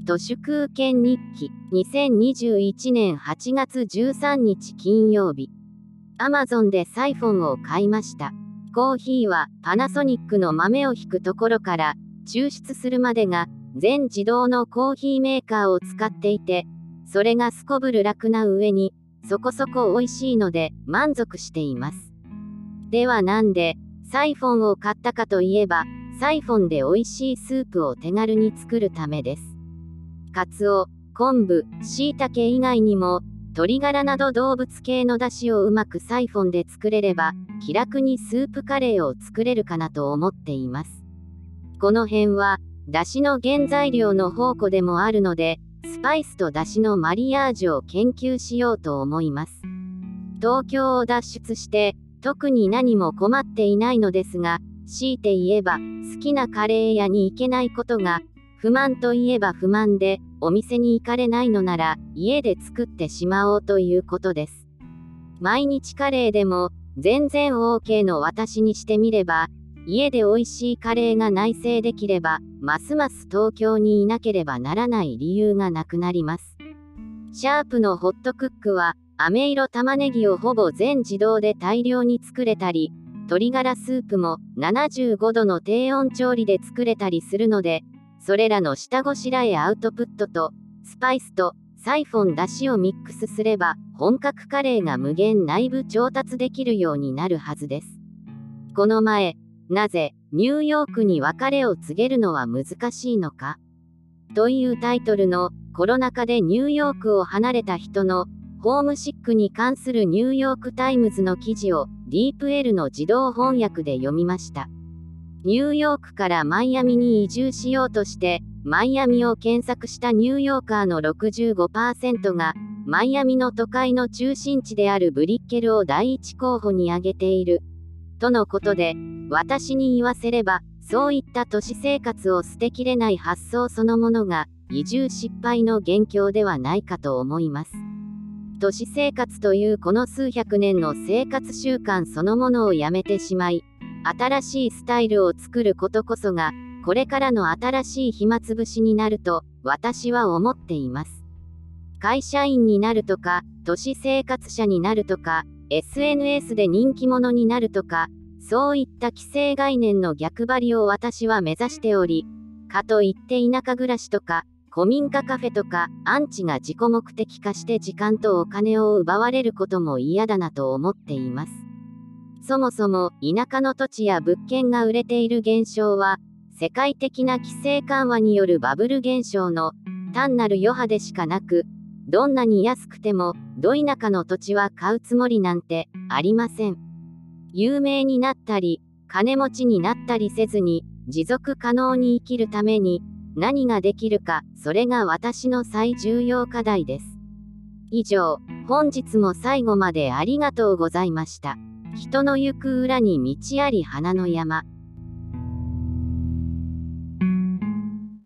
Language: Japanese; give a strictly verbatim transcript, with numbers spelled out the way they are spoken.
都市空権日記にせんにじゅういちねんはちがつじゅうさんにち金曜日。アマゾンでサイフォンを買いました。コーヒーはパナソニックの豆をひくところから抽出するまでが全自動のコーヒーメーカーを使っていて、それがすこぶる楽な上にそこそこ美味しいので満足しています。ではなんでサイフォンを買ったかといえば、サイフォンで美味しいスープを手軽に作るためです。カツオ、昆布、椎茸以外にも鶏ガラなど動物系の出汁をうまくサイフォンで作れれば気楽にスープカレーを作れるかなと思っています。この辺は出汁の原材料の宝庫でもあるので、スパイスと出汁のマリアージュを研究しようと思います。東京を脱出して特に何も困っていないのですが、強いて言えば好きなカレー屋に行けないことが不満といえば不満で、お店に行かれないのなら家で作ってしまおうということです。毎日カレーでも全然 OK の私にしてみれば、家で美味しいカレーが内製できればますます東京にいなければならない理由がなくなります。シャープのホットクックは飴色玉ねぎをほぼ全自動で大量に作れたり、鶏ガラスープもななじゅうごどの低温調理で作れたりするので、それらの下ごしらえアウトプットとスパイスとサイフォン出汁をミックスすれば本格カレーが無限内部調達できるようになるはずです。この前、なぜニューヨークに別れを告げるのは難しいのかというタイトルのコロナ禍でニューヨークを離れた人のホームシックに関するニューヨークタイムズの記事をディープエルの自動翻訳で読みました。ニューヨークからマイアミに移住しようとしてマイアミを検索したニューヨーカーの ろくじゅうごパーセント がマイアミの都会の中心地であるブリッケルを第一候補に挙げているとのことで、私に言わせればそういった都市生活を捨てきれない発想そのものが移住失敗の元凶ではないかと思います。都市生活というこの数百年の生活習慣そのものをやめてしまい、新しいスタイルを作ることこそがこれからの新しい暇つぶしになると私は思っています。会社員になるとか、都市生活者になるとか、エスエヌエス で人気者になるとか、そういった既成概念の逆張りを私は目指しており、かといって田舎暮らしとか古民家カフェとかアンチが自己目的化して時間とお金を奪われることも嫌だなと思っています。そもそも田舎の土地や物件が売れている現象は世界的な規制緩和によるバブル現象の単なる余波でしかなく、どんなに安くてもど田舎の土地は買うつもりなんてありません。有名になったり金持ちになったりせずに持続可能に生きるために何ができるか、それが私の最重要課題です。以上、本日も最後までありがとうございました。人の行く裏に道あり花の山。